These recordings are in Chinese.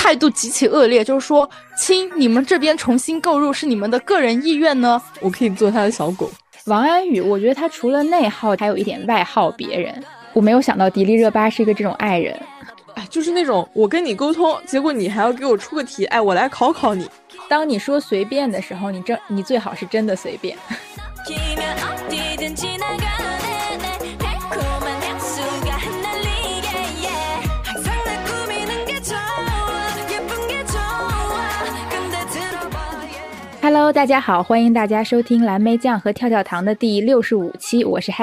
态度极其恶劣，就是说亲，你们这边重新购入是你们的个人意愿呢？ 我可以做他的小狗。 王安宇，我觉得他除了内耗，还有一点外耗别人。我没有想到迪丽热巴是一个这种爱人。 就是那种我跟你沟通，结果你还要给我出个题，我来考考你。 当你说随便的时候，你最好是真的随便。Hello， 大家好，欢迎大家收听蓝莓酱和跳跳糖的第65期，我是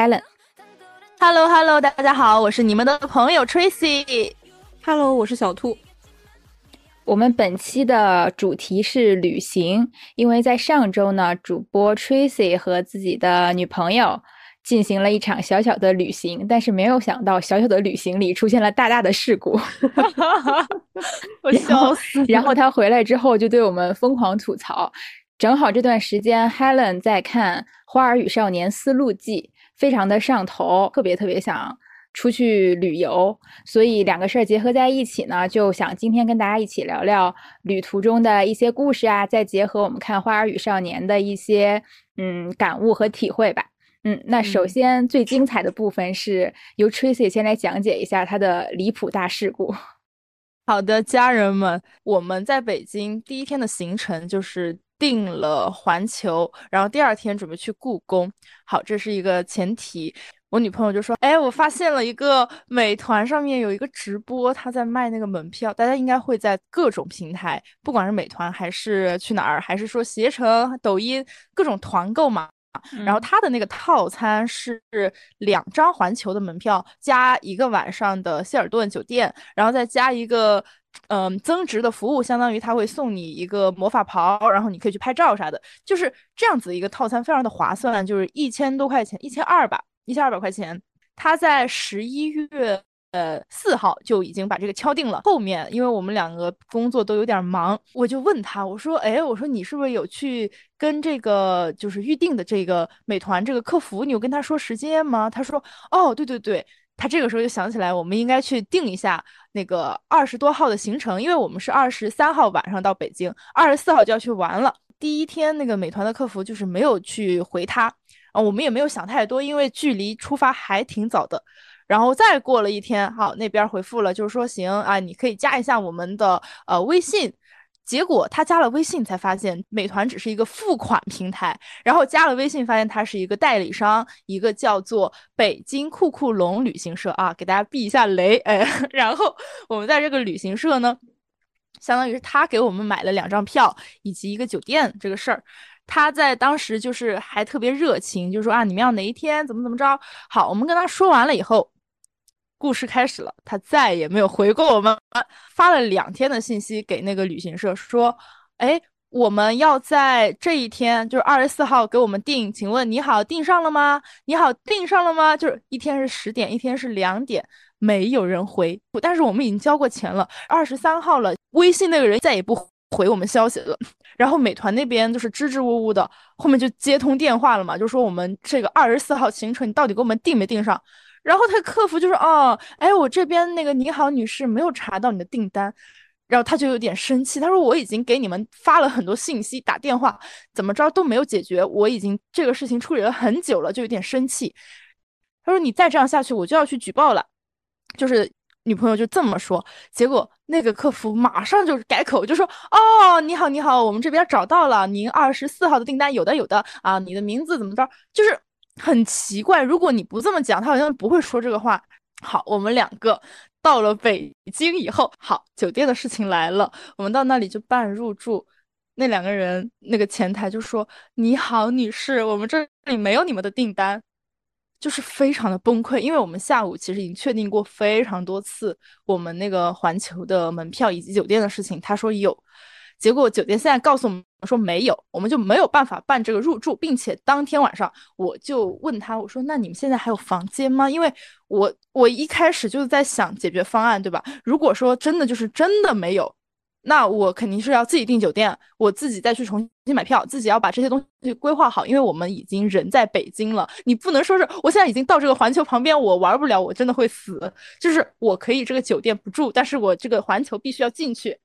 Helen。Hello， 大家好，我是你们的朋友 Tracy。Hello， 我是小兔。 我们本期的主题是旅行，因为在上周呢，主播 Tracy 和自己的女朋友进行了一场小小的旅行，但是没有想到小小的旅行里出现了大大的事故。 我笑死了。 然后他回来之后就对我们疯狂吐槽。正好这段时间 Helen 在看《花儿与少年丝路记》，非常的上头，特别想出去旅游，所以两个事儿结合在一起呢，就想今天跟大家一起聊聊旅途中的一些故事啊，再结合我们看《花儿与少年》的一些感悟和体会吧。那首先最精彩的部分是由 Tracy 先来讲解一下他的离谱大事故。 好的，家人们，我们在北京第一天的行程就是订了环球，然后第二天准备去故宫。好，这是一个前提。我女朋友就说，我发现了一个美团上面有一个直播，他在卖那个门票，大家应该会在各种平台，不管是美团还是去哪儿，还是说携程、抖音，各种团购嘛。然后他的那个套餐是2张环球的门票加1个晚上的希尔顿酒店，然后再加一个增值的服务，相当于他会送你一个魔法袍，然后你可以去拍照啥的，就是这样子一个套餐，非常的划算，就是1000多块钱，1200吧，1200块钱。他在11月4号就已经把这个敲定了。后面因为我们两个工作都有点忙，我就问他，我说你是不是有去跟这个就是预定的这个美团这个客服，你有跟他说时间吗？他说对，他这个时候就想起来我们应该去定一下那个20多号的行程，因为我们是23号晚上到北京，24号就要去玩了。第一天那个美团的客服就是没有去回他我们也没有想太多，因为距离出发还挺早的。然后再过了一天，好，那边回复了，就是说行啊，你可以加一下我们的微信。结果他加了微信才发现美团只是一个付款平台，然后加了微信发现它是一个代理商，一个叫做北京酷酷龙旅行社啊，给大家避一下雷。然后我们在这个旅行社呢，相当于是他给我们买了2张票以及一个酒店这个事儿。他在当时就是还特别热情，就说啊，你们要哪一天怎么着。好，我们跟他说完了以后，故事开始了，他再也没有回过我们，发了2天的信息给那个旅行社说，我们要在这一天，就是24号给我们订，请问你好，订上了吗？你好，订上了吗？就是一天是10点，一天是2点，没有人回。但是我们已经交过钱了，23号了，微信那个人再也不回我们消息了。然后美团那边就是支支吾吾的，后面就接通电话了嘛，就说我们这个24号行程你到底给我们订没订上？然后他客服就说我这边那个你好女士没有查到你的订单。然后他就有点生气，他说我已经给你们发了很多信息，打电话怎么着都没有解决，我已经这个事情处理了很久了，就有点生气。他说你再这样下去我就要去举报了，就是女朋友就这么说。结果那个客服马上就改口，就说你好，我们这边找到了您24号的订单，有的啊，你的名字怎么着，就是很奇怪，如果你不这么讲他好像不会说这个话。好，我们2个到了北京以后，好，酒店的事情来了，我们到那里就办入住。那2个人那个前台就说你好女士，我们这里没有你们的订单，就是非常的崩溃。因为我们下午其实已经确定过非常多次我们那个环球的门票以及酒店的事情，他说有，结果酒店现在告诉我们说没有，我们就没有办法办这个入住。并且当天晚上我就问他，我说那你们现在还有房间吗？因为我一开始就是在想解决方案，对吧？如果说真的没有，那我肯定是要自己订酒店，我自己再去重新买票，自己要把这些东西规划好，因为我们已经人在北京了，你不能说是我现在已经到这个环球旁边，我玩不了，我真的会死。就是我可以这个酒店不住，但是我这个环球必须要进去，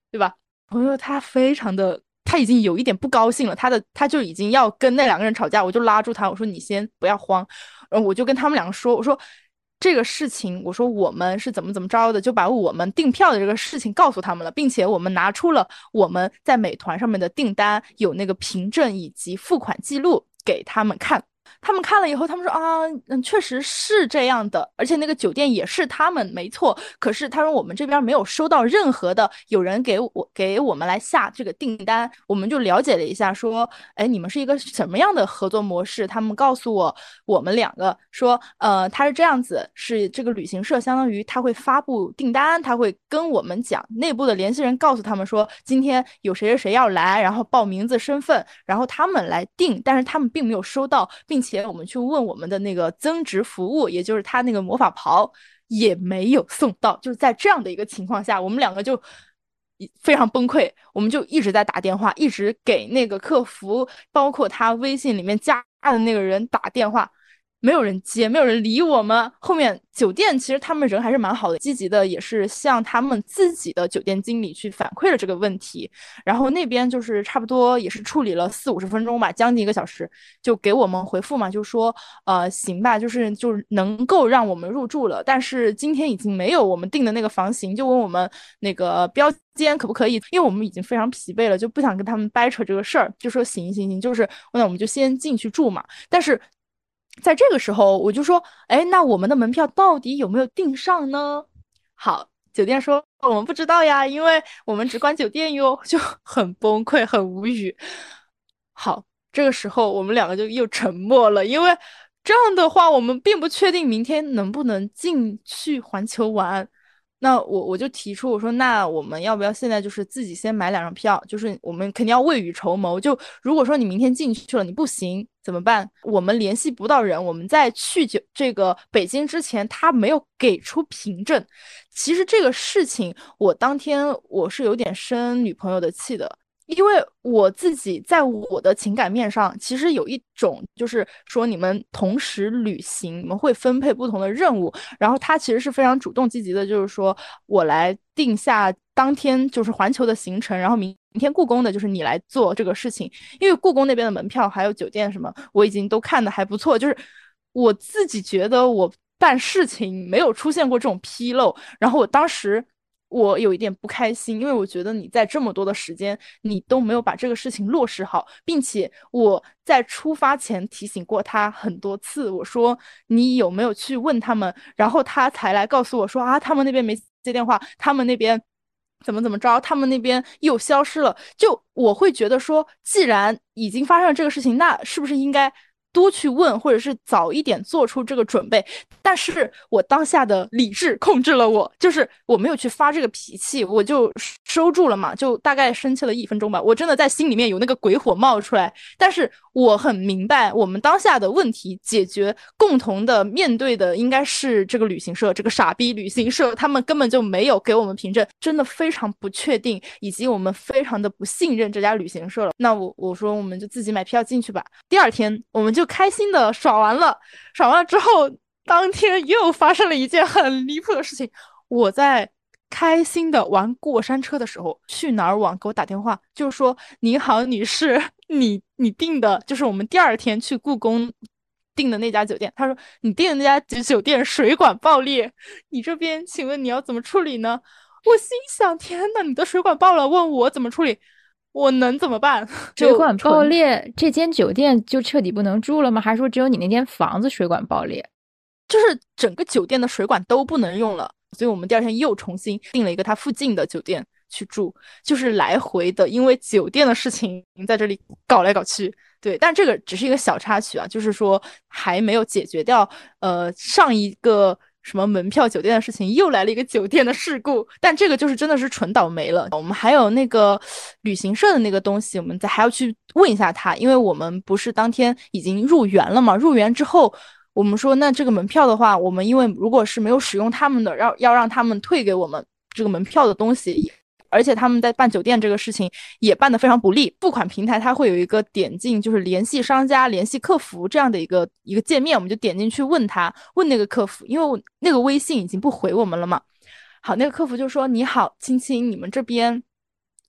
对吧？朋友他非常的，他已经有一点不高兴了，他就已经要跟那两个人吵架，我就拉住他，我说你先不要慌，然后我就跟他们两个说，我说这个事情，我说我们是怎么怎么着的，就把我们订票的这个事情告诉他们了，并且我们拿出了我们在美团上面的订单有那个凭证以及付款记录给他们看。他们看了以后，他们说啊，确实是这样的，而且那个酒店也是他们没错。可是他说我们这边没有收到任何的有人给我们来下这个订单，我们就了解了一下，说，哎，你们是一个什么样的合作模式？他们告诉我们两个说，他是这样子，是这个旅行社相当于他会发布订单，他会跟我们讲，内部的联系人告诉他们说，今天有谁谁谁要来，然后报名字、身份，然后他们来订，但是他们并没有收到，并且我们去问我们的那个增值服务，也就是他那个魔法袍也没有送到，就是在这样的一个情况下，我们两个就非常崩溃，我们就一直在打电话，一直给那个客服，包括他微信里面加的那个人打电话，没有人接，没有人理我们。后面酒店其实他们人还是蛮好的，积极的也是向他们自己的酒店经理去反馈了这个问题，然后那边就是差不多也是处理了40-50分钟吧，将近1个小时，就给我们回复嘛，就说行吧，就是能够让我们入住了，但是今天已经没有我们订的那个房型，就问我们那个标间可不可以，因为我们已经非常疲惫了，就不想跟他们掰扯这个事儿，就说行行行，就是那我们就先进去住嘛。但是在这个时候我就说，哎，那我们的门票到底有没有订上呢？好，酒店说我们不知道呀，因为我们只管酒店哟，就很崩溃，很无语。好，这个时候我们两个就又沉默了，因为这样的话，我们并不确定明天能不能进去环球玩。那我就提出我说，那我们要不要现在就是自己先买2张票？就是我们肯定要未雨绸缪。就如果说你明天进去了，你不行怎么办？我们联系不到人，我们在去这个北京之前，他没有给出凭证。其实这个事情，我当天我是有点生女朋友的气的。因为我自己在我的情感面上，其实有一种就是说，你们同时旅行，你们会分配不同的任务，然后他其实是非常主动积极的，就是说我来定下当天就是环球的行程，然后明天故宫的就是你来做这个事情，因为故宫那边的门票还有酒店什么，我已经都看的还不错，就是我自己觉得我办事情没有出现过这种纰漏，然后我当时。我有一点不开心，因为我觉得你在这么多的时间，你都没有把这个事情落实好，并且我在出发前提醒过他很多次，我说你有没有去问他们，然后他才来告诉我说啊，他们那边没接电话，他们那边怎么着，他们那边又消失了。就我会觉得说，既然已经发生了这个事情，那是不是应该多去问，或者是早一点做出这个准备？但是我当下的理智控制了我，就是我没有去发这个脾气，我就收住了嘛，就大概生气了1分钟吧。我真的在心里面有那个鬼火冒出来，但是我很明白，我们当下的问题解决，共同的面对的应该是这个旅行社，这个傻逼旅行社，他们根本就没有给我们凭证，真的非常不确定，以及我们非常的不信任这家旅行社了。那我说我们就自己买票进去吧。第二天我们就开心的爽完了，爽完了之后。当天又发生了一件很离谱的事情，我在开心的玩过山车的时候，去哪儿网给我打电话，就是说你好，女士，你订的就是我们第二天去故宫订的那家酒店。他说你订的那家酒店水管爆裂，你这边请问你要怎么处理呢？我心想，天哪，你的水管爆了，问我怎么处理？我能怎么办？ 水管爆裂，这间酒店就彻底不能住了吗？还是说只有你那间房子水管爆裂？ 就是整个酒店的水管都不能用了，所以我们第二天又重新订了一个它附近的酒店去住，就是来回的，因为酒店的事情在这里搞来搞去。对，但这个只是一个小插曲啊，就是说还没有解决掉上一个什么门票酒店的事情，又来了一个酒店的事故，但这个就是真的是纯倒霉了。我们还有那个旅行社的那个东西，我们还要去问一下他，因为我们不是当天已经入园了嘛，入园之后。我们说，那这个门票的话，我们因为如果是没有使用他们的，要让他们退给我们这个门票的东西，而且他们在办酒店这个事情也办得非常不利。付款平台它会有一个点进，就是联系商家、联系客服这样的一个界面，我们就点进去问那个客服，因为那个微信已经不回我们了嘛。好，那个客服就说：“你好，青青，你们这边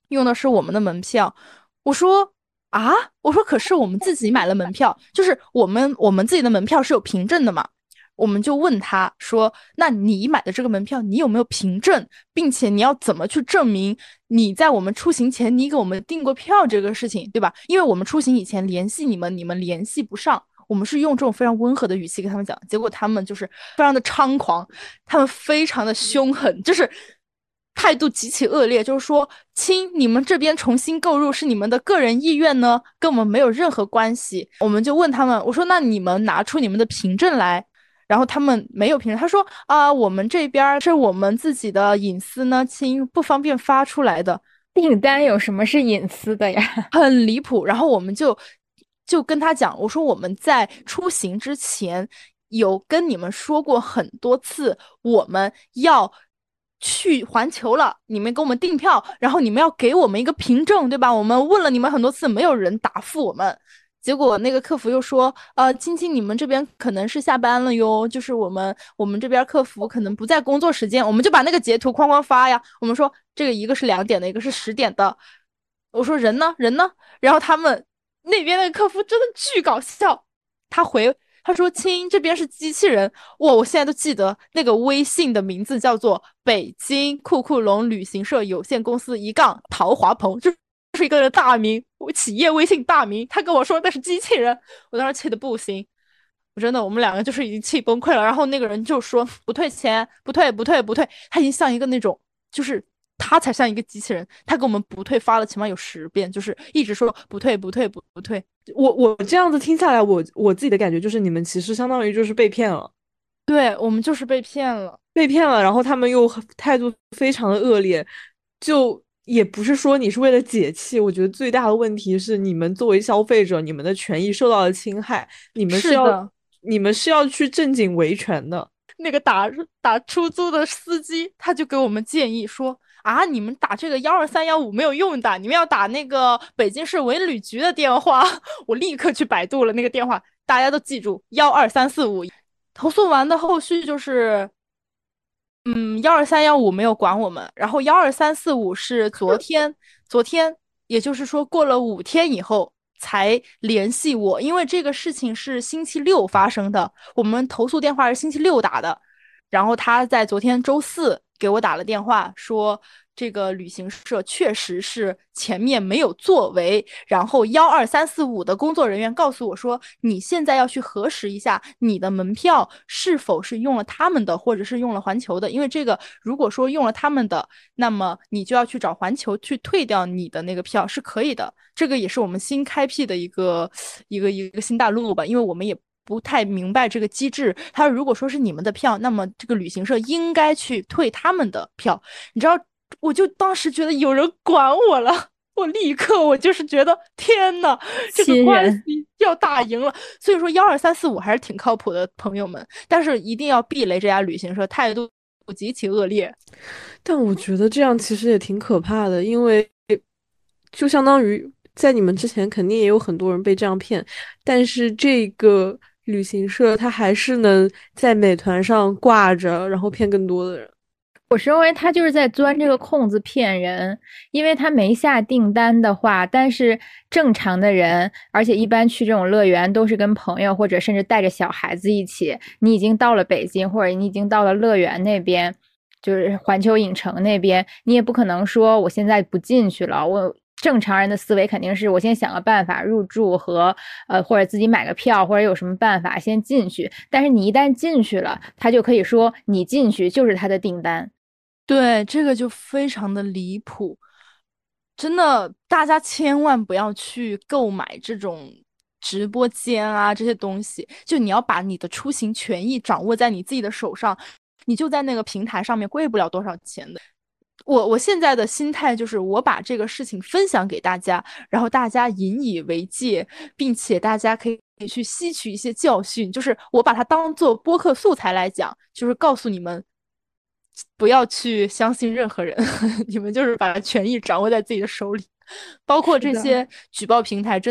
用的是我们的门票。我说啊，我说可是我们自己买了门票，就是我们自己的门票是有凭证的嘛。我们就问他说：“那你买的这个门票，你有没有凭证，并且你要怎么去证明你在我们出行前你给我们订过票这个事情，对吧？因为我们出行以前联系你们，你们联系不上。”我们是用这种非常温和的语气跟他们讲，结果他们就是非常的猖狂，他们非常的凶狠，就是态度极其恶劣，就是说，亲，你们这边重新购入是你们的个人意愿呢，跟我们没有任何关系。我们就问他们，我说那你们拿出你们的凭证来。然后他们没有凭证，他说我们这边是我们自己的隐私呢，亲，不方便发出来的。 订单有什么是隐私的呀？ 很离谱。然后我们就跟他讲，我说我们在出行之前有跟你们说过很多次，我们要去环球了，你们给我们订票，然后你们要给我们一个凭证，对吧？我们问了你们很多次，没有人答复我们。结果那个客服又说，青青，你们这边可能是下班了哟，就是我们这边客服可能不在工作时间，我们就把那个截图哐哐发呀。我们说这个一个是2点的，一个是10点的。我说人呢？人呢？然后他们那边的客服真的巨搞笑，他说亲，这边是机器人。哇，我现在都记得那个微信的名字叫做北京酷酷龙旅行社有限公司陶华鹏，就是一个大名，企业微信大名。他跟我说那是机器人，我当时气得不行。我真的，我们2个就是已经气崩溃了。然后那个人就说不退钱，不退，不退，不退。他已经像一个那种，就是他才像一个机器人。他给我们不退发了起码有10遍，就是一直说不退，不退，不退。 我这样子听下来，我自己的感觉就是你们其实相当于就是被骗了。 对，我们就是被骗了， 被骗了，然后他们又态度非常的恶劣，就也不是说你是为了解气，我觉得最大的问题是你们作为消费者，你们的权益受到了侵害，你们是要去正经维权的。 那个打出租的司机他就给我们建议说你们打这个12315没有用的，你们要打那个北京市文旅局的电话。我立刻去百度了那个电话，大家都记住12345。投诉完的后续就是12315没有管我们，然后12345是昨天，也就是说过了5天以后才联系我，因为这个事情是星期六发生的，我们投诉电话是星期六打的，然后他在昨天周四给我打了电话说，这个旅行社确实是前面没有作为，然后12345的工作人员告诉我说，你现在要去核实一下你的门票是否是用了他们的，或者是用了环球的，因为这个如果说用了他们的，那么你就要去找环球去退掉你的那个票，是可以的。这个也是我们新开辟的一个新大陆吧，因为我们也不太明白这个机制。他如果说是你们的票，那么这个旅行社应该去退他们的票。你知道，我就当时觉得有人管我了，我就是觉得天呐，这个关系要打赢了。所以说12345还是挺靠谱的，朋友们，但是一定要避雷这家旅行社，态度极其恶劣。 但我觉得这样其实也挺可怕的，因为就相当于在你们之前肯定也有很多人被这样骗，但是这个旅行社它还是能在美团上挂着，然后骗更多的人。 我是认为他就是在钻这个空子骗人，因为他没下订单的话，但是正常的人，而且一般去这种乐园都是跟朋友或者甚至带着小孩子一起，你已经到了北京或者你已经到了乐园那边，就是环球影城那边，你也不可能说我现在不进去了，我正常人的思维肯定是我先想个办法入住和或者自己买个票或者有什么办法先进去，但是你一旦进去了，他就可以说你进去就是他的订单。 对，这个就非常的离谱，真的，大家千万不要去购买这种直播间啊这些东西，就你要把你的出行权益掌握在你自己的手上，你就在那个平台上面贵不了多少钱的。我现在的心态就是，我把这个事情分享给大家，然后大家引以为戒，并且大家可以去吸取一些教训，就是我把它当做播客素材来讲，就是告诉你们不要去相信任何人，你们就是把权益掌握在自己的手里，包括这些举报平台，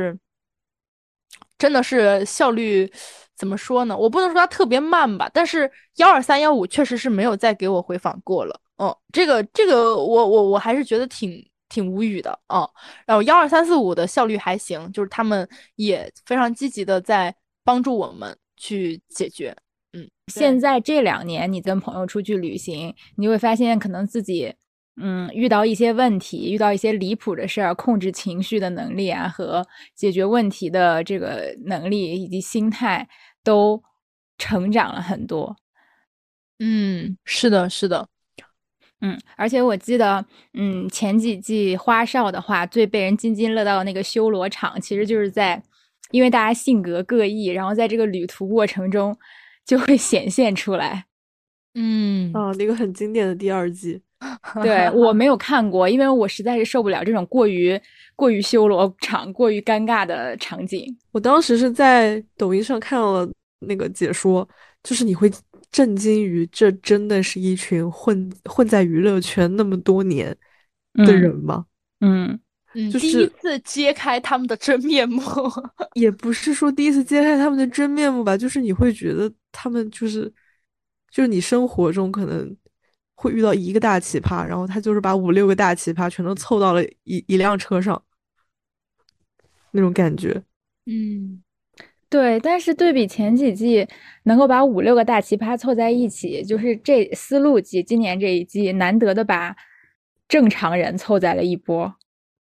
真的是效率怎么说呢？我不能说它特别慢吧，但是12315确实是没有再给我回访过了。这个我还是觉得挺无语的啊。然后12345的效率还行，就是他们也非常积极的在帮助我们去解决。 现在这2年，你跟朋友出去旅行，你会发现可能自己遇到一些问题，遇到一些离谱的事儿，控制情绪的能力啊，和解决问题的这个能力以及心态都成长了很多。 是的，是的。 而且我记得，前几季花少的话，最被人津津乐道的那个修罗场，其实就是因为大家性格各异，然后在这个旅途过程中就会显现出来。 那个很经典的第2季。 对，我没有看过，因为我实在是受不了这种过于修罗场、过于尴尬的场景。 我当时是在抖音上看到了那个解说，就是你会震惊于这真的是一群混在娱乐圈那么多年的人吗？就是第一次揭开他们的真面目。 也不是说第一次揭开他们的真面目吧，就是你会觉得他们就是你生活中可能会遇到一个大奇葩，然后他就是把5、6个大奇葩全都凑到了一辆车上，那种感觉。 对，但是对比前几季能够把5、6个大奇葩凑在一起，就是这丝路季今年这一季难得的把正常人凑在了一波。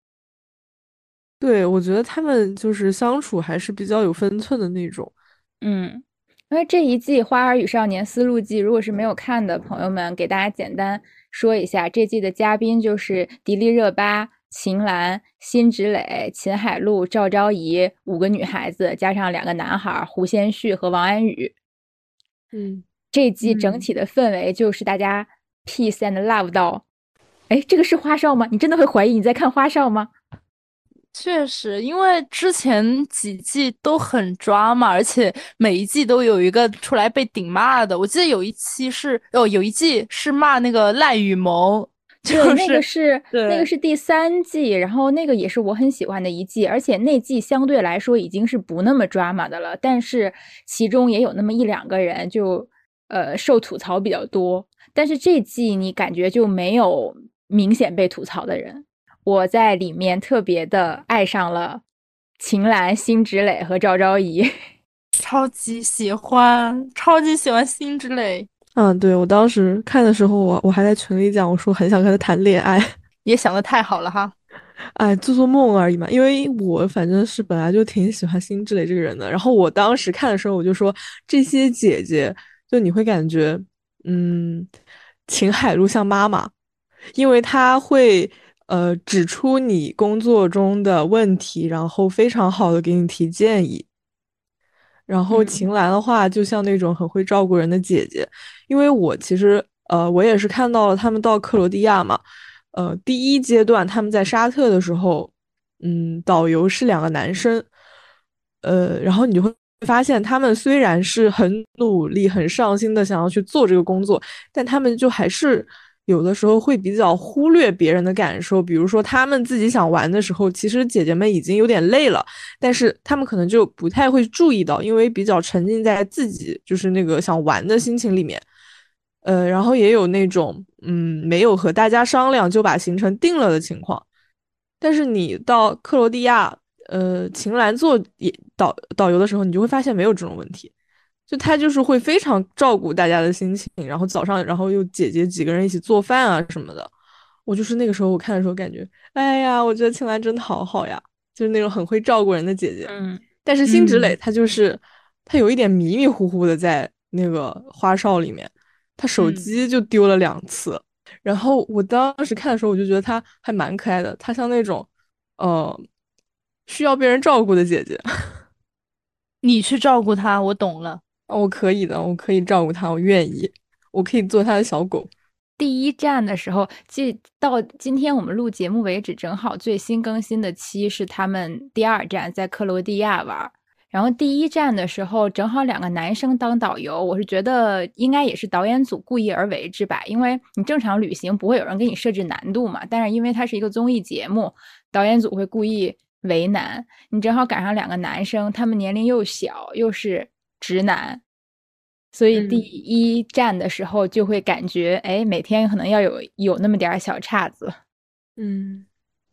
对，我觉得他们就是相处还是比较有分寸的那种。 因为这一季《花儿与少年》丝路季，如果是没有看的朋友们，给大家简单说一下，这季的嘉宾就是迪丽热巴、秦岚、辛芷蕾、秦海璐、赵昭仪5个女孩子，加上2个男孩胡先煦和王安宇。这季整体的氛围就是大家 peace and love 到，这个是花少吗？你真的会怀疑你在看花少吗？ 确实，因为之前几季都很抓嘛，而且每一季都有一个出来被顶骂的。我记得有一季是骂那个赖雨萌， 对，那个是第3季，然后那个也是我很喜欢的一季，而且那季相对来说已经是不那么drama的了，但是其中也有那么1、2个人就受吐槽比较多，但是这季你感觉就没有明显被吐槽的人。我在里面特别的爱上了秦岚、辛芷蕾和赵昭仪， 超级喜欢辛芷蕾。 对，我当时看的时候，我还在群里讲，我说很想跟他谈恋爱， 也想的太好了哈。 做做梦而已嘛。因为我反正是本来就挺喜欢辛芷蕾这个人的，然后我当时看的时候，我就说这些姐姐，就你会感觉，秦海璐像妈妈，因为她会指出你工作中的问题，然后非常好的给你提建议。然后秦岚的话，就像那种很会照顾人的姐姐，因为我其实我也是看到了他们到克罗地亚嘛，第1阶段他们在沙特的时候，导游是2个男生，然后你就会发现他们虽然是很努力、很上心的想要去做这个工作，但他们就还是有的时候会比较忽略别人的感受，比如说他们自己想玩的时候，其实姐姐们已经有点累了，但是他们可能就不太会注意到，因为比较沉浸在自己就是那个想玩的心情里面。然后也有那种没有和大家商量就把行程定了的情况。但是你到克罗地亚，秦岚做导游的时候，你就会发现没有这种问题，就他就是会非常照顾大家的心情，然后早上，然后又姐姐几个人一起做饭啊什么的。我就是那个时候我看的时候感觉，哎呀，我觉得秦岚真的好好呀，就是那种很会照顾人的姐姐。但是辛芷蕾她就是她有一点迷迷糊糊的在那个花少里面，她手机就丢了2次。然后我当时看的时候，我就觉得她还蛮可爱的，她像那种需要被人照顾的姐姐。 你去照顾她，我懂了。 我可以的，我可以照顾她，我愿意，我可以做她的小狗。 第1站的时候，到今天我们录节目为止，正好最新更新的期是他们第2站在克罗地亚玩。然后第1站的时候，正好2个男生当导游，我是觉得应该也是导演组故意而为之吧，因为你正常旅行不会有人给你设置难度嘛，但是因为它是一个综艺节目，导演组会故意为难你，正好赶上2个男生，他们年龄又小，又是直男。所以第1站的时候就会感觉，每天可能要有那么点小岔子。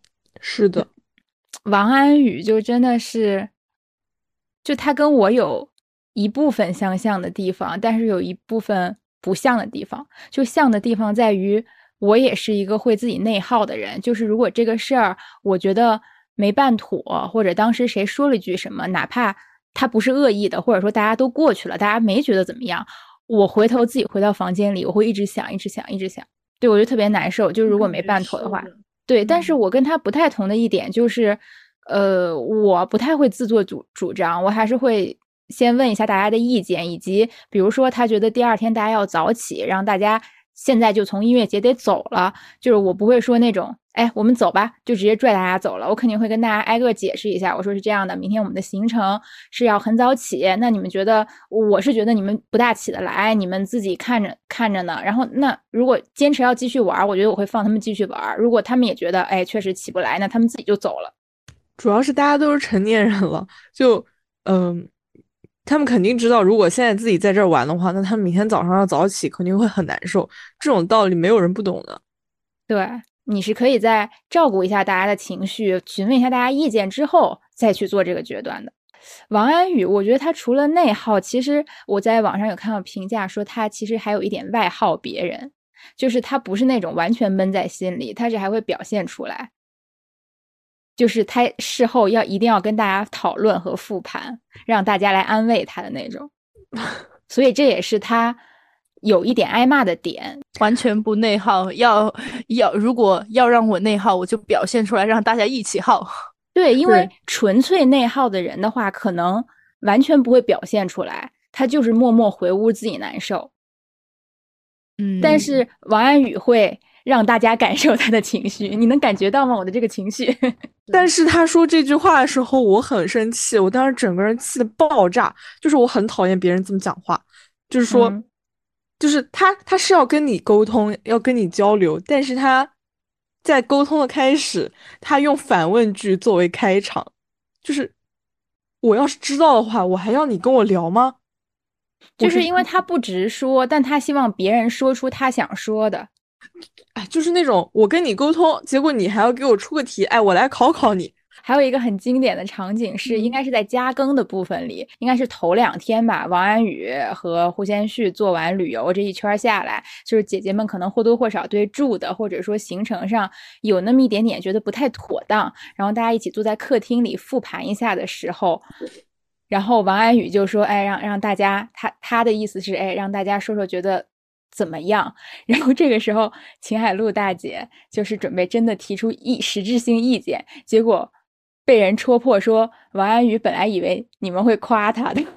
是的， 王安宇就真的是，就他跟我有一部分相像的地方，但是有一部分不像的地方。就像的地方在于，我也是一个会自己内耗的人。就是如果这个事儿我觉得没办妥，或者当时谁说了一句什么，哪怕他不是恶意的，或者说大家都过去了，大家没觉得怎么样，我回头自己回到房间里，我会一直想，一直想，一直想。对，我就特别难受。就如果没办妥的话。对，但是我跟他不太同的一点就是，我不太会自作主张，我还是会先问一下大家的意见，以及比如说他觉得第二天大家要早起，让大家现在就从音乐节得走了，就是我不会说那种，哎，我们走吧，就直接拽大家走了，我肯定会跟大家挨个解释一下，我说是这样的，明天我们的行程是要很早起，那你们觉得，我是觉得你们不大起得来，你们自己看着呢，然后那如果坚持要继续玩，我觉得我会放他们继续玩，如果他们也觉得，哎，确实起不来，那他们自己就走了。 主要是大家都是成年人了，就他们肯定知道，如果现在自己在这儿玩的话，那他们明天早上要早起，肯定会很难受。这种道理没有人不懂的。 对，你是可以在照顾一下大家的情绪，询问一下大家意见之后，再去做这个决断的。王安宇，我觉得他除了内耗，其实我在网上有看到评价说他其实还有一点外耗别人，就是他不是那种完全闷在心里，他是还会表现出来。就是他事后一定要跟大家讨论和复盘，让大家来安慰他的那种。所以这也是他有一点挨骂的点。 完全不内耗，如果要让我内耗，我就表现出来，让大家一起耗。 对，因为纯粹内耗的人的话，可能完全不会表现出来，他就是默默回屋自己难受。但是王安宇会让大家感受他的情绪，你能感觉到吗？我的这个情绪。 但是他说这句话的时候，我很生气，我当时整个人气得爆炸。就是我很讨厌别人这么讲话，就是说，就是他是要跟你沟通，要跟你交流，但是他在沟通的开始，他用反问句作为开场，就是我要是知道的话，我还要你跟我聊吗？ 就是因为他不直说，但他希望别人说出他想说的。 哎，就是那种我跟你沟通，结果你还要给我出个题，哎，我来考考你。 还有一个很经典的场景是，应该是在加更的部分里，应该是头2天吧。王安宇和胡先煦做完旅游这一圈下来，就是姐姐们可能或多或少对住的或者说行程上有那么一点点觉得不太妥当，然后大家一起坐在客厅里复盘一下的时候，然后王安宇就说：“哎，让大家，他的意思是，哎，让大家说说觉得怎么样？”然后这个时候，秦海璐大姐就是准备真的提出实质性意见，结果被人戳破说王安宇本来以为你们会夸他的，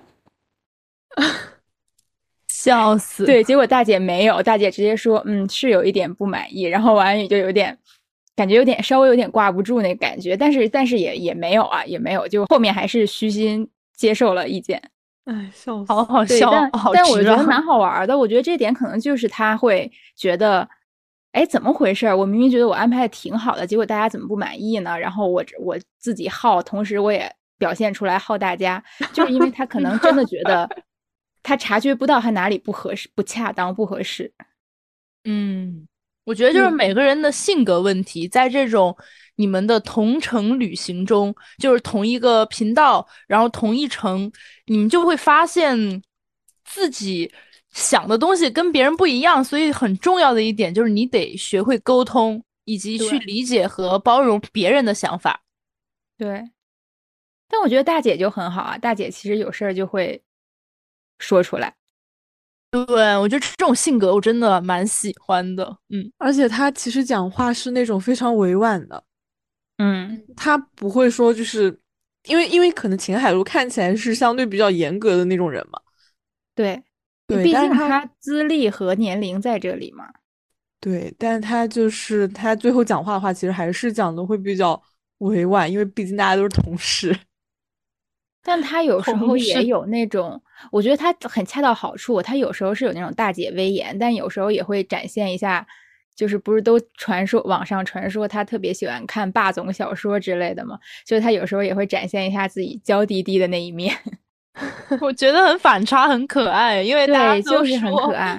笑死。 对，结果大姐没有，大姐直接说是有一点不满意，然后王安宇就有点感觉稍微有点挂不住那感觉，但是也没有啊，也没有，就后面还是虚心接受了意见。 哎，笑死， 好好笑， 但我觉得蛮好玩的。我觉得这点可能就是他会觉得，哎，怎么回事？我明明觉得我安排的挺好的，结果大家怎么不满意呢？然后我自己耗，同时我也表现出来耗大家，就是因为他可能真的觉得他察觉不到他哪里不合适、不恰当、不合适。 我觉得就是每个人的性格问题，在这种你们的同程旅行中，就是同一个频道，然后同一程，你们就会发现自己想的东西跟别人不一样，所以很重要的一点就是你得学会沟通，以及去理解和包容别人的想法。 对，但我觉得大姐就很好啊，大姐其实有事儿就会说出来。 对，我觉得这种性格我真的蛮喜欢的。 而且他其实讲话是那种非常委婉的，他不会说就是因为可能秦海璐看起来是相对比较严格的那种人嘛。 对， 毕竟他资历和年龄在这里嘛。 对，但是他就是他最后讲话的话，其实还是讲的会比较委婉，因为毕竟大家都是同事。 但他有时候也有那种，我觉得他很恰到好处。他有时候是有那种大姐威严，但有时候也会展现一下，就是不是都网上传说他特别喜欢看霸总小说之类的嘛？就是他有时候也会展现一下自己娇滴滴的那一面。 我觉得很反差，很可爱，因为大家都就是很可爱。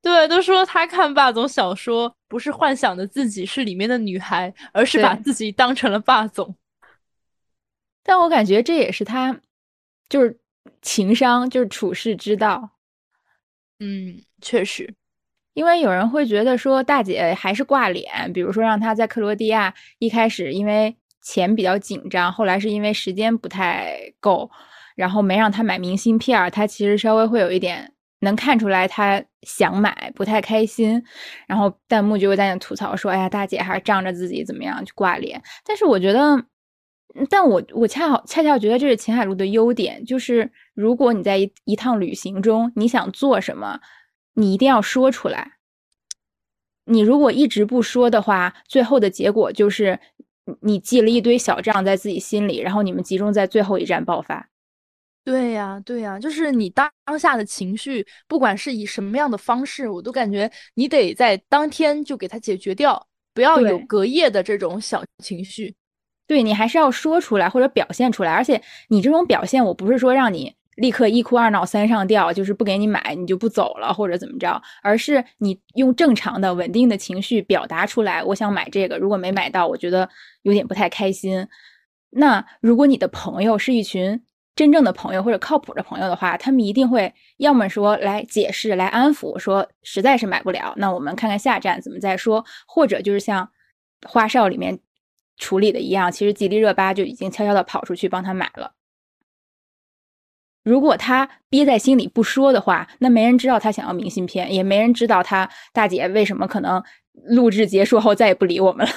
对，都说他看霸总小说不是幻想的自己是里面的女孩，而是把对， 自己当成了霸总。 但我感觉这也是他就是情商，就是处世之道。 嗯，确实。 因为有人会觉得说大姐还是挂脸，比如说让她在克罗地亚一开始因为钱比较紧张，后来是因为时间不太够，然后没让她买明信片儿，她其实稍微会有一点能看出来她想买，不太开心，然后弹幕就会在那吐槽说：“哎呀，大姐还是仗着自己怎么样去挂脸。”但是我觉得，但我恰恰觉得这是秦海璐的优点，就是如果你在一趟旅行中你想做什么，你一定要说出来。你如果一直不说的话，最后的结果就是你记了一堆小账在自己心里，然后你们集中在最后一站爆发。 对呀，对呀，就是你当下的情绪，不管是以什么样的方式，我都感觉你得在当天就给它解决掉，不要有对， 隔夜的这种小情绪。 对你还是要说出来或者表现出来，而且你这种表现，我不是说让你立刻一哭二闹三上吊，就是不给你买你就不走了或者怎么着，而是你用正常的稳定的情绪表达出来，我想买这个，如果没买到，我觉得有点不太开心。那如果你的朋友是一群真正的朋友或者靠谱的朋友的话，他们一定会要么说来解释、来安抚，说实在是买不了，那我们看看下站怎么再说，或者就是像花少里面处理的一样，其实吉利热巴就已经悄悄的跑出去帮他买了。如果他憋在心里不说的话，那没人知道他想要明信片，也没人知道他大姐为什么可能录制结束后再也不理我们了。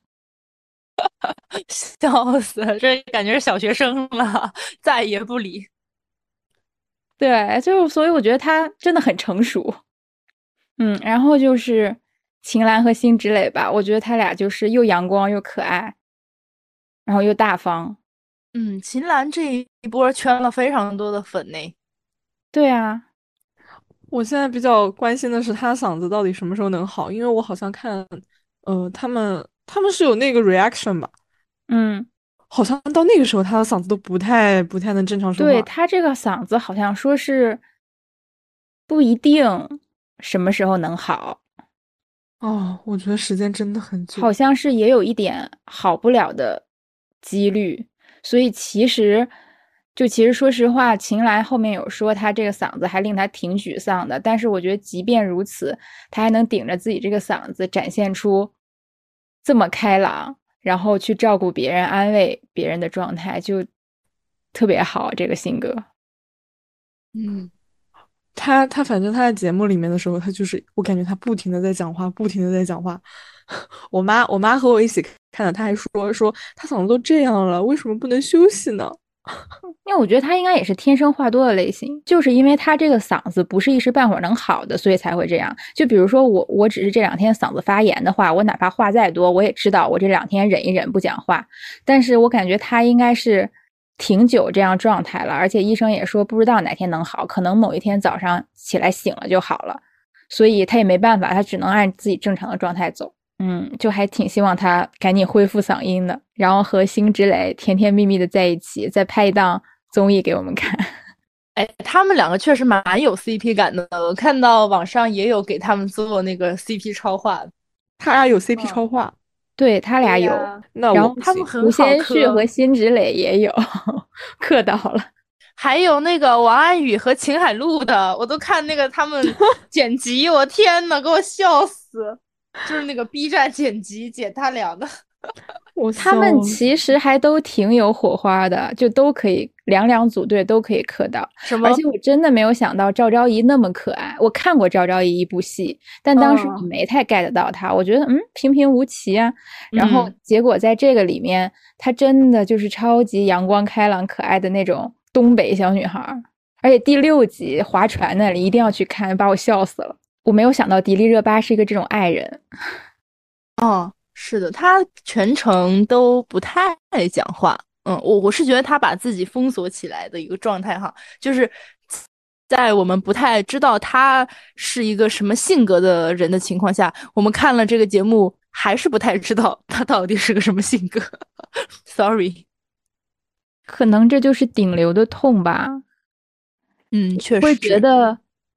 笑死了，这感觉是小学生了，再也不理。 对，就是所以我觉得他真的很成熟。然后就是秦岚和辛芷蕾吧，我觉得他俩就是又阳光又可爱，然后又大方。 秦岚这一波圈了非常多的粉呢。 对啊， 我现在比较关心的是他嗓子到底什么时候能好，因为我好像看，他们是有那个 reaction 吧， 嗯， 好像到那个时候他的嗓子都不太能正常说对， 话。 他这个嗓子好像说是不一定什么时候能好， 哦，我觉得时间真的很久。 好像是也有一点好不了的几率，所以其实说实话，秦岚后面有说她这个嗓子还令她挺沮丧的，但是我觉得即便如此，她还能顶着自己这个嗓子展现出这么开朗，然后去照顾别人、安慰别人的状态，就特别好，这个性格。 嗯， 他反正他在节目里面的时候，他就是我感觉他不停的在讲话，不停的在讲话。我妈和我一起看的，他还说他嗓子都这样了，为什么不能休息呢？ 因为我觉得他应该也是天生话多的类型，就是因为他这个嗓子不是一时半会儿能好的，所以才会这样。就比如说我只是这两天嗓子发炎的话，我哪怕话再多，我也知道我这两天忍一忍不讲话。但是我感觉他应该是挺久这样状态了，而且医生也说不知道哪天能好，可能某一天早上起来醒了就好了，所以他也没办法，他只能按自己正常的状态走。就还挺希望他赶紧恢复嗓音的，然后和辛芷蕾甜甜蜜蜜的在一起，再拍一档综艺给我们看。 哎，他们两个确实蛮有 CP 感的，我看到网上也有给他们做那个 CP 超话的。 他俩有 CP 嗯， 超话， 对他俩有， 对呀， 那然后我不行。 胡他们很好先煦和磕。 辛芷蕾也有，磕到了。 还有那个王安宇和秦海璐的，我都看那个他们剪辑，我天呐，给我笑死！就是那个 B 站剪辑剪他俩的。 我他们笑死。 其实还都挺有火花的，就都可以两组队都可以磕到。 什么？ 而且我真的没有想到赵昭仪那么可爱。我看过赵昭仪一部戏，但当时我嗯没太 get 到她，我觉得平平无奇啊。然后嗯， 结果在这个里面，她真的就是超级阳光开朗可爱的那种东北小女孩儿。而且第6集划船那里一定要去看，把我笑死了。我没有想到迪丽热巴是一个这种爱人。 哦，是的，他全程都不太讲话。我是觉得他把自己封锁起来的一个状态哈，就是在我们不太知道他是一个什么性格的人的情况下，我们看了这个节目，还是不太知道他到底是个什么性格。Sorry。 可能这就是顶流的痛吧。 确会实是。 觉得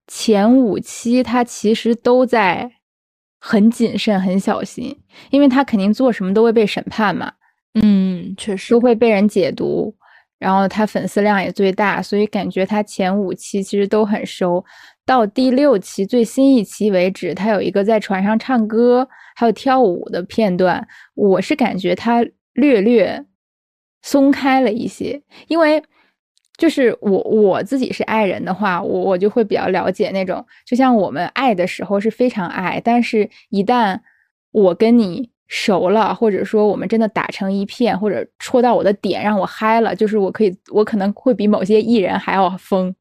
前5期他其实都在很谨慎、很小心，因为他肯定做什么都会被审判嘛， 确实都会被人解读，然后他粉丝量也最大，所以感觉他前5期其实都很收。到第6期最新一期为止，他有一个在船上唱歌还有跳舞的片段，我是感觉他略略松开了一些，因为就是我自己是爱人的话，我就会比较了解那种，就像我们爱的时候是非常爱，但是一旦我跟你熟了，或者说我们真的打成一片，或者戳到我的点让我嗨了，就是我可能会比某些艺人还要疯。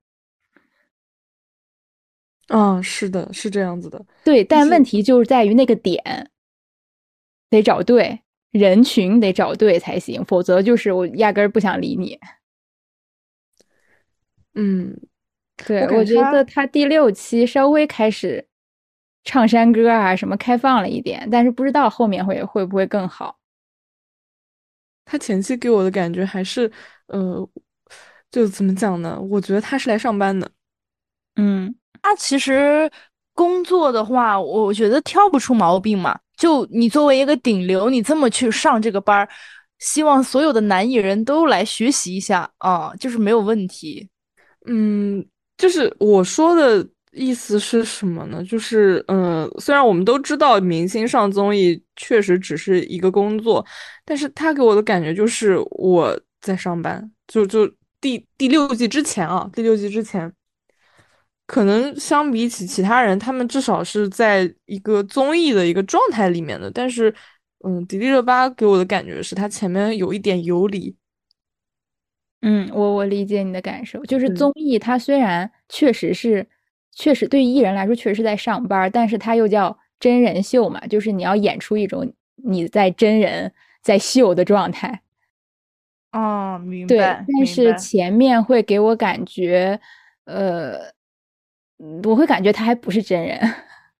是的，是这样子的。 对，但是问题就是在于那个点得找对，人群得找对才行，否则就是我压根儿不想理你。 嗯，我对，我感觉他觉得他第6期稍微开始唱山歌啊什么开放了一点，但是不知道后面会不会更好。 他前期给我的感觉还是，就怎么讲呢？我觉得他是来上班的。 嗯他其实工作的话，我觉得挑不出毛病嘛。就你作为一个顶流，你这么去上这个班儿，希望所有的男艺人都来学习一下啊，就是没有问题。 嗯，就是我说的意思是什么呢？就是，虽然我们都知道明星上综艺确实只是一个工作，但是他给我的感觉就是我在上班。就第六季之前啊，第六季之前，可能相比起其他人，他们至少是在一个综艺的一个状态里面的。但是，迪丽热巴给我的感觉是他前面有一点游离。 嗯，我理解你的感受，就是嗯。 综艺它虽然确实对于艺人来说确实是在上班，但是它又叫真人秀嘛，就是你要演出一种你在真人在秀的状态。 哦，明对， 白但明白。 是前面会给我感觉，我会感觉他还不是真人，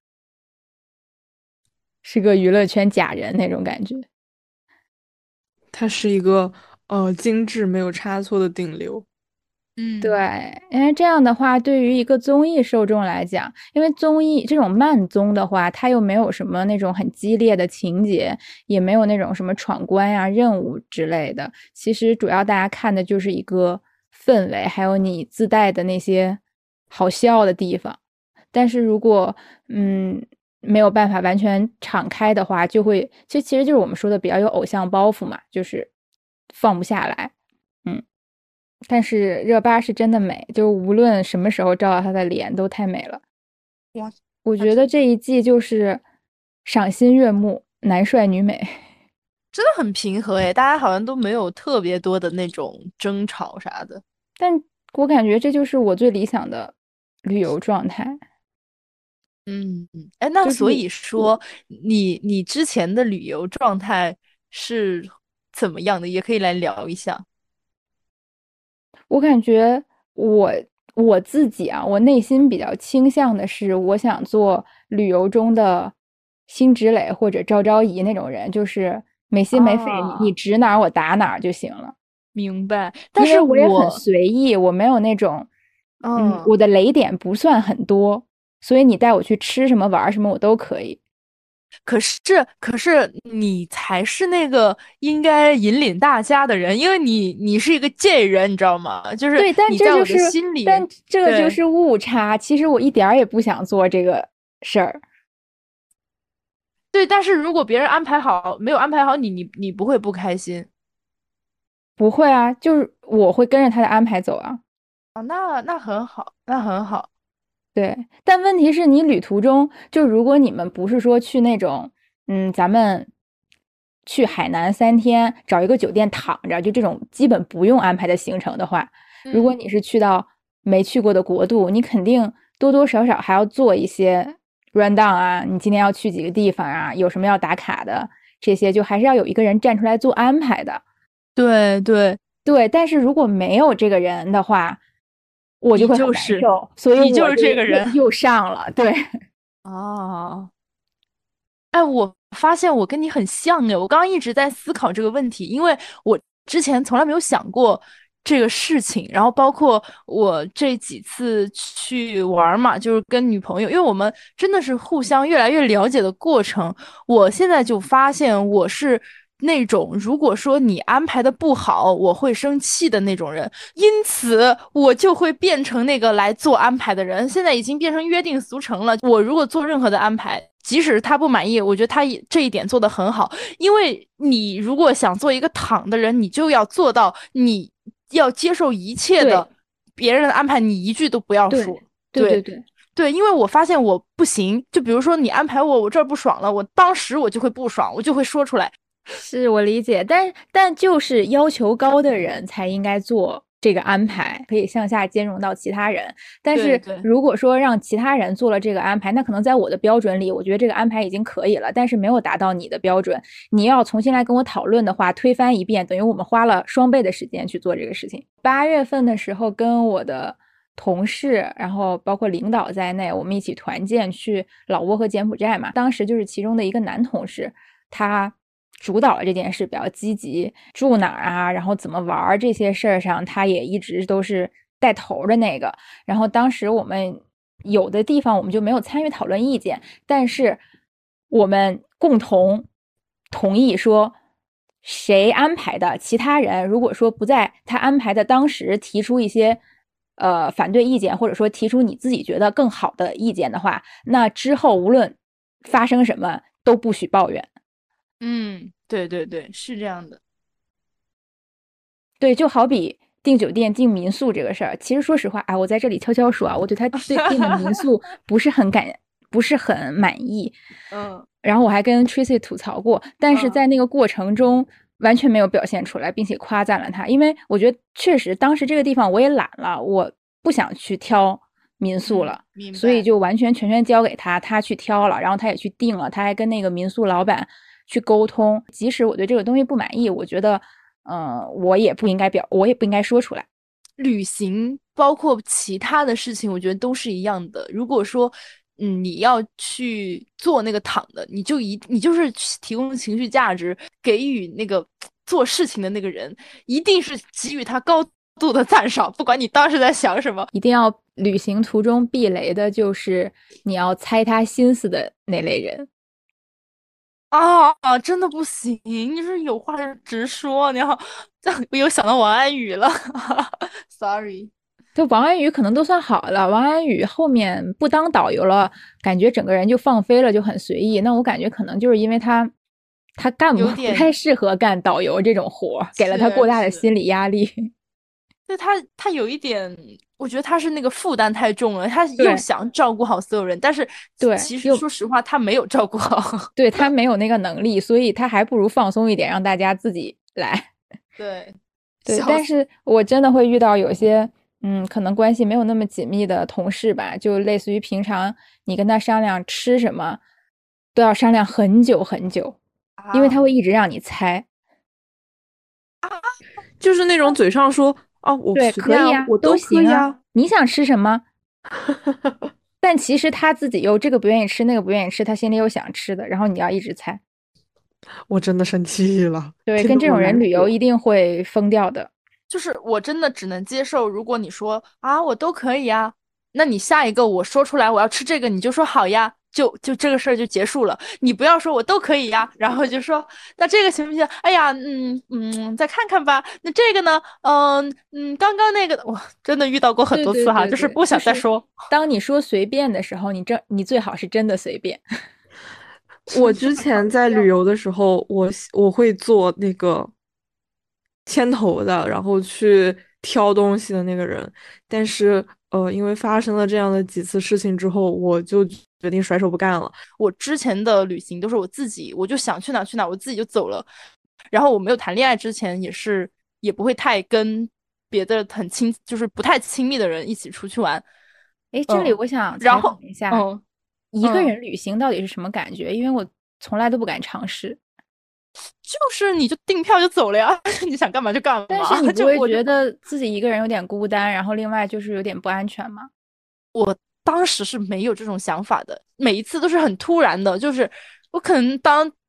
是个娱乐圈假人那种感觉。 他是一个精致没有差错的顶流。 对， 嗯因为这样的话，对于一个综艺受众来讲，因为综艺这种慢综的话，它又没有什么那种很激烈的情节，也没有那种什么闯关呀、任务之类的。其实主要大家看的就是一个氛围，还有你自带的那些好笑的地方。但是如果没有办法完全敞开的话，就会其实就是我们说的比较有偶像包袱嘛，就是放不下来。嗯。但是热巴是真的美，就是无论什么时候照到她的脸都太美了。 哇， 我觉得那真这一季就是赏心悦目，男帅女美。 真的很平和诶，大家好像都没有特别多的那种争吵啥的。 但我感觉这就是我最理想的旅游状态， 嗯，哎，那就是所以说你之前的旅游状态是怎么样的？也可以来聊一下。 我感觉我我自己啊，我内心比较倾向的是，我想做旅游中的辛芷蕾或者赵昭仪那种人，就是没心没肺，你啊， 指哪儿我打哪儿就行了。 明白。但因为是我也很我， 随意，我没有那种， 嗯， 我的雷点不算很多，所以你带我去吃什么玩儿什么我都可以。 可是你才是那个应该引领大家的人，因为你是一个贱人，你知道吗？就是对，但你在我的这就是， 心里， 但这个就对是误差。其实我一点儿也不想做这个事儿， 对。但是如果别人安排好，没有安排好你，你不会不开心不会啊，就是我会跟着他的安排走啊。 啊？那很好，那很好。 对，但问题是你旅途中，就如果你们不是说去那种，咱们去海南3天，找一个酒店躺着，就这种基本不用安排的行程的话，如果嗯。 你是去到没去过的国度，你肯定多多少少还要做一些 run down 啊，你今天要去几个地方啊，有什么要打卡的，这些就还是要有一个人站出来做安排的。 对对， 对，但是如果没有这个人的话，我就你会很就是难受，所以你就是我就这个人又上了，对。 啊！哎，我发现我跟你很像哎，我刚刚一直在思考这个问题，因为我之前从来没有想过这个事情，然后包括我这几次去玩嘛，就是跟女朋友，因为我们真的是互相越来越了解的过程。我现在就发现我是那种，如果说你安排的不好，我会生气的那种人，因此我就会变成那个来做安排的人。现在已经变成约定俗成了。我如果做任何的安排，即使他不满意，我觉得他也这一点做得很好。因为你如果想做一个躺的人，你就要做到你要接受一切对的别人的安排，你一句都不要对说。对对对对， 对，因为我发现我不行，就比如说你安排我，我这儿不爽了，我当时我就会不爽，我就会说出来。 是我理解，但就是要求高的人才应该做这个安排，可以向下兼容到其他人。但是对对如果说让其他人做了这个安排，那可能在我的标准里，我觉得这个安排已经可以了，但是没有达到你的标准。你要重新来跟我讨论的话，推翻一遍，等于我们花了双倍的时间去做这个事情。8月份的时候，跟我的同事，然后包括领导在内，我们一起团建去老挝和柬埔寨嘛。当时就是其中的一个男同事，他主导了这件事，比较积极，住哪儿啊，然后怎么玩这些事儿上，他也一直都是带头的那个。然后当时我们有的地方我们就没有参与讨论意见，但是我们共同同意说，谁安排的，其他人如果说不在他安排的当时提出一些反对意见，或者说提出你自己觉得更好的意见的话，那之后无论发生什么都不许抱怨。 嗯，对对对，是这样的。 对，就好比订酒店、订民宿这个事儿，其实说实话，我在这里悄悄说啊，我对他订的民宿不是很满意。然后我还跟 Tracy 吐槽过，但是在那个过程中完全没有表现出来，并且夸赞了他，因为我觉得确实当时这个地方我也懒了，我不想去挑民宿了，所以就完全全交给他，他去挑了，然后他也去订了，他还跟那个民宿老板去沟通，即使我对这个东西不满意，我觉得我也不应该说出来。 旅行包括其他的事情，我觉得都是一样的。如果说，你要去做那个躺的，你就是提供情绪价值，给予那个做事情的那个人，一定是给予他高度的赞赏，不管你当时在想什么。 一定要旅行途中避雷的就是你要猜他心思的那类人。 真的不行！你是有话就直说，你好，这样我又想到王安宇了，sorry。 就王安宇可能都算好了，王安宇后面不当导游了，感觉整个人就放飞了，就很随意。那我感觉可能就是因为他不太适合干导游这种活，给了他过大的心理压力。 对他有一点，我觉得他是那个负担太重了，他又想照顾好所有人，但是其实说实话，他没有照顾好。 对，他没有那个能力，所以他还不如放松一点，让大家自己来。 对， 但是我真的会遇到有些可能关系没有那么紧密的同事吧，就类似于平常你跟他商量吃什么，都要商量很久很久，因为他会一直让你猜。 就是那种嘴上说我对，可以呀， 我都行啊，你想吃什么？但其实他自己又这个不愿意吃，那个不愿意吃，他心里又想吃的，然后你要一直猜。 我真的生气了。 对，跟这种人旅游一定会疯掉的。 就是我真的只能接受，如果你说我都可以呀，那你下一个我说出来我要吃这个，你就说好呀，就这个事儿就结束了。你不要说我都可以呀，然后就说那这个行不行？哎呀，再看看吧。那这个呢？刚刚那个我真的遇到过很多次哈，就是不想再说。 当你说随便的时候，你最好是真的随便。 我之前在旅游的时候，我会做那个牵头的，然后去挑东西的那个人。但是因为发生了这样的几次事情之后，我就决定甩手不干了。 我之前的旅行都是我自己，我就想去哪去哪，我自己就走了。然后我没有谈恋爱之前，也不会太跟别的就是不太亲密的人一起出去玩。 这里我想采访一下，一个人旅行到底是什么感觉？因为我从来都不敢尝试。 就是你就订票就走了呀，你想干嘛就干嘛。 但是你不会觉得自己一个人有点孤单，然后另外就是有点不安全吗？ 我当时是没有这种想法的，每一次都是很突然的，就是我可能当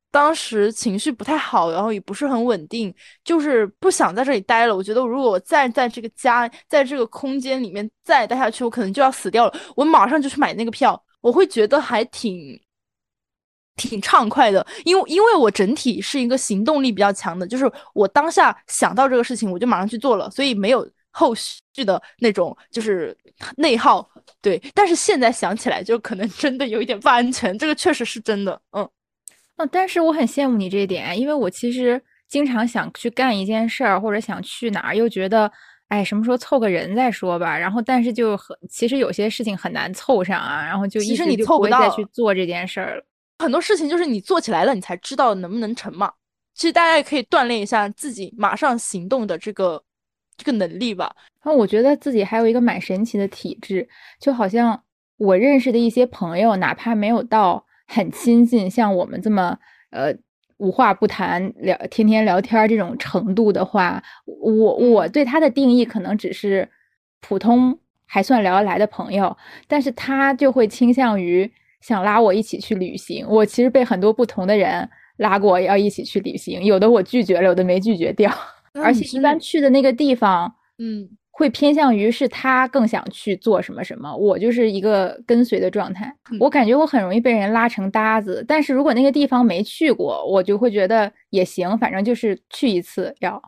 当时情绪不太好，然后也不是很稳定，就是不想在这里待了。我觉得如果我再在这个家，在这个空间里面再待下去，我可能就要死掉了。我马上就去买那个票，我会觉得还挺畅快的，因为我整体是一个行动力比较强的，就是我当下想到这个事情，我就马上去做了，所以没有后续的那种就是内耗。对，但是现在想起来，就可能真的有一点不安全，这个确实是真的。嗯。 但是我很羡慕你这一点，因为我其实经常想去干一件事儿，或者想去哪儿，又觉得，哎，什么时候凑个人再说吧。然后，但是其实有些事情很难凑上啊，然后就其实你一直就不会再去凑不到， 做这件事儿了。 很多事情就是你做起来了，你才知道能不能成嘛。其实大家也可以锻炼一下自己马上行动的这个能力吧。 然后我觉得自己还有一个蛮神奇的体质，就好像我认识的一些朋友，哪怕没有到很亲近，像我们这么无话不谈天天聊天这种程度的话，我对他的定义可能只是普通还算聊得来的朋友，但是他就会倾向于想拉我一起去旅行。我其实被很多不同的人拉过要一起去旅行，有的我拒绝了，有的没拒绝掉。而且一般去的那个地方，会偏向于是他更想去做什么什么，我就是一个跟随的状态。我感觉我很容易被人拉成搭子，但是如果那个地方没去过，我就会觉得也行，反正就是去一次要。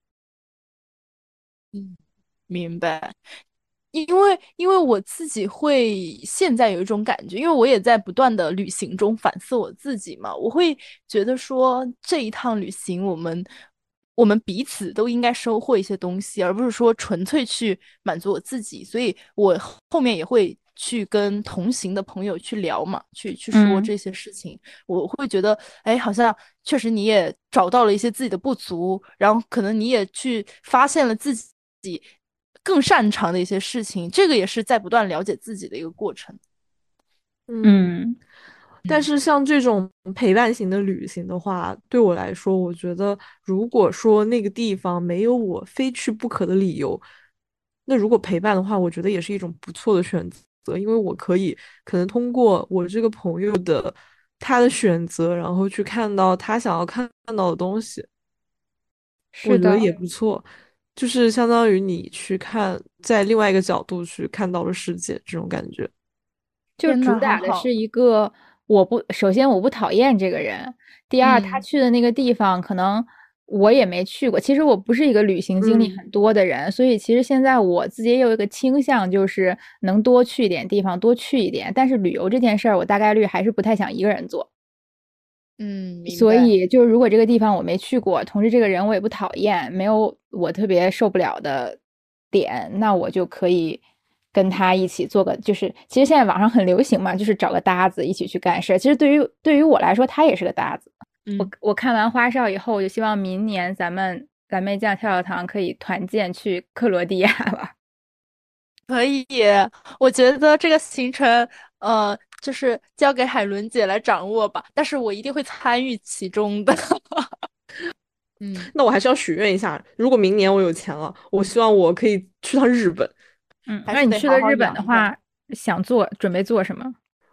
明白。因为我自己会现在有一种感觉，因为我也在不断的旅行中反思我自己嘛，我会觉得说这一趟旅行我们彼此都应该收获一些东西，而不是说纯粹去满足我自己，所以我后面也会去跟同行的朋友去聊嘛，去说这些事情，我会觉得，哎，好像确实你也找到了一些自己的不足，然后可能你也去发现了自己更擅长的一些事情，这个也是在不断了解自己的一个过程。 但是像这种陪伴型的旅行的话，对我来说，我觉得如果说那个地方没有我非去不可的理由，那如果陪伴的话，我觉得也是一种不错的选择，因为我可能通过我这个朋友的他的选择，然后去看到他想要看到的东西，我是的， 觉得也不错，就是相当于你去看，在另外一个角度去看到了世界这种感觉。 就是天呐， 主打的好好。 是一个首先我不讨厌这个人，第二他去的那个地方可能我也没去过。其实我不是一个旅行经历嗯很多的人，所以其实现在我自己也有一个倾向，就是能多去一点地方，多去一点。但是旅游这件事儿，我大概率还是不太想一个人做。 明白。 所以就是如果这个地方我没去过，同时这个人我也不讨厌，没有我特别受不了的点，那我就可以跟他一起做个，就是其实现在网上很流行嘛，就是找个搭子一起去干事。其实对于我来说，他也是个搭子。我看完花少以后，我就希望明年咱们这样跳跳糖可以团建去克罗地亚了。 可以，我觉得这个行程，就是交给海伦姐来掌握吧，但是我一定会参与其中的。嗯， 那我还是要许愿一下，如果明年我有钱了，我希望我可以去趟日本。 还那是得好好你去了日本的养一下。 话，准备做什么？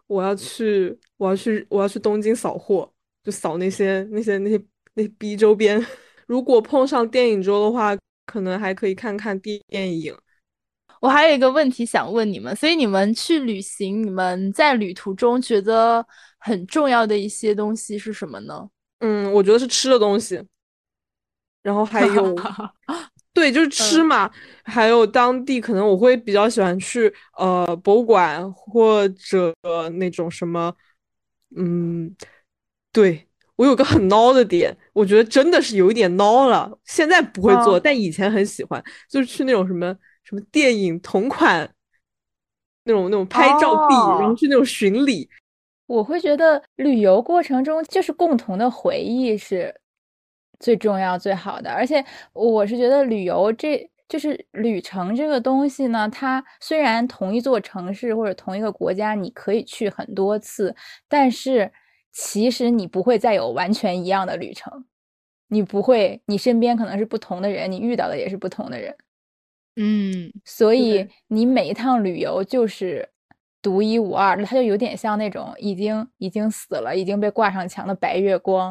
我要去东京扫货，就扫那些 B 周边。如果碰上电影周的话，可能还可以看看电影。 我还有一个问题想问你们，所以你们去旅行，你们在旅途中觉得很重要的一些东西是什么呢？ 我觉得是吃的东西，然后还有，对，就是吃嗯， 嘛，还有当地可能我会比较喜欢去博物馆或者那种什么，嗯，对，我有个很孬的点，我觉得真的是有一点孬了，现在不会做， 哦， 但以前很喜欢，就是去那种什么电影同款那种拍照地，然后哦， 去那种巡礼。 我会觉得旅游过程中就是共同的回忆是最重要、最好的，而且我是觉得旅游就是旅程这个东西呢，它虽然同一座城市或者同一个国家你可以去很多次，但是其实你不会再有完全一样的旅程，你不会，你身边可能是不同的人，你遇到的也是不同的人。 嗯， 所以对， 你每一趟旅游就是独一无二，它就有点像那种已经死了、已经被挂上墙的白月光，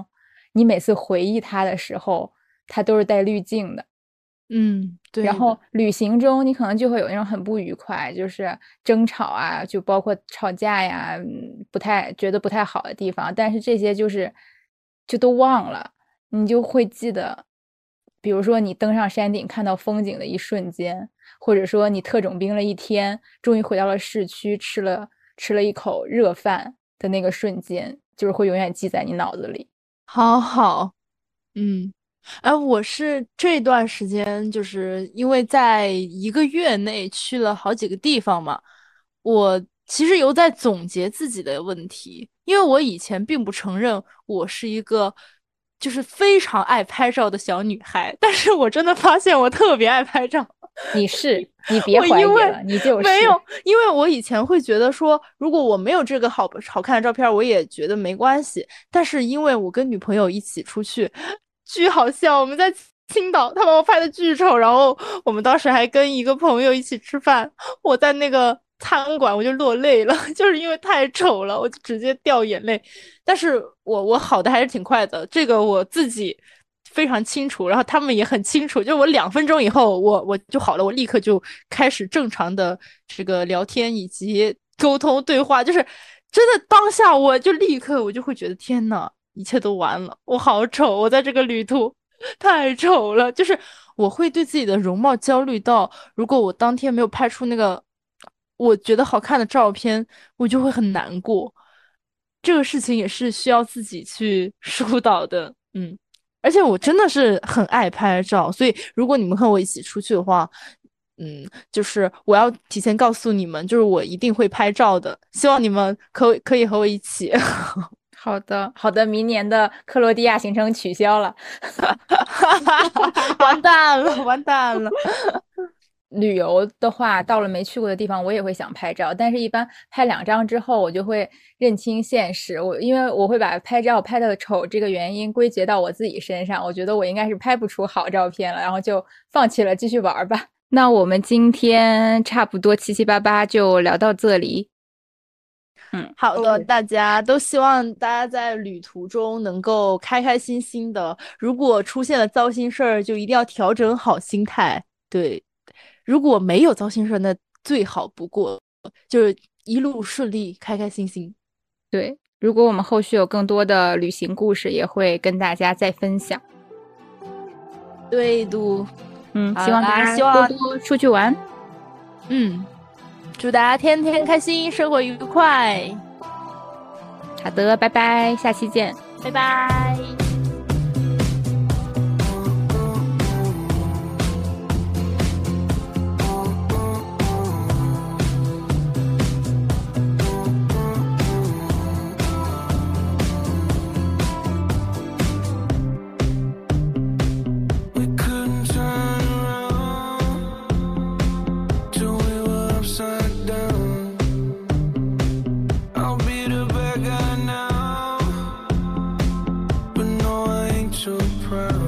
你每次回忆它的时候，它都是带滤镜的。 对。 然后旅行中你可能就会有那种很不愉快，就是争吵啊，就包括吵架呀，觉得不太好的地方，但是这些就都忘了，你就会记得，比如说你登上山顶看到风景的一瞬间，或者说你特种兵了一天，终于回到了市区，吃了一口热饭的那个瞬间，就是会永远记在你脑子里。 好，我是这段时间就是因为在1个月内去了好几个地方嘛，我其实有在总结自己的问题，因为我以前并不承认我是一个就是非常爱拍照的小女孩，但是我真的发现我特别爱拍照。 你别我因为怀疑了，你就是没有，因为我以前会觉得说，如果我没有这个好看的照片，我也觉得没关系。但是因为我跟女朋友一起出去，巨好笑。我们在青岛，他把我拍的巨丑，然后我们当时还跟一个朋友一起吃饭，我在那个餐馆我就落泪了，就是因为太丑了，我就直接掉眼泪。但是我好的还是挺快的，这个我自己非常清楚，然后他们也很清楚，就我2分钟以后我就好了，我立刻就开始正常的这个聊天以及沟通对话，就是真的当下我就立刻我就会觉得天呐，一切都完了，我好丑，我在这个旅途太丑了，就是我会对自己的容貌焦虑到，如果我当天没有拍出那个我觉得好看的照片，我就会很难过。这个事情也是需要自己去疏导的，而且我真的是很爱拍照，所以如果你们和我一起出去的话，就是我要提前告诉你们，就是我一定会拍照的，希望你们可以和我一起。 好的，好的，明年的克罗地亚行程取消了。 完蛋了，完蛋了。 旅游的话，到了没去过的地方，我也会想拍照，但是一般拍2张之后，我就会认清现实。因为我会把拍照拍的丑这个原因归结到我自己身上，我觉得我应该是拍不出好照片了，然后就放弃了，继续玩吧。那我们今天差不多七七八八就聊到这里。 好的，大家都希望大家在旅途中能够开开心心的。如果出现了糟心事儿，就一定要调整好心态。对，如果没有糟心事儿，那最好不过，就是一路顺利，开开心心。 对，如果我们后续有更多的旅行故事，也会跟大家再分享。 对的， 希望大家多多出去玩。 祝大家天天开心，生活愉快。 好的，拜拜，下期见， 拜拜。 proud.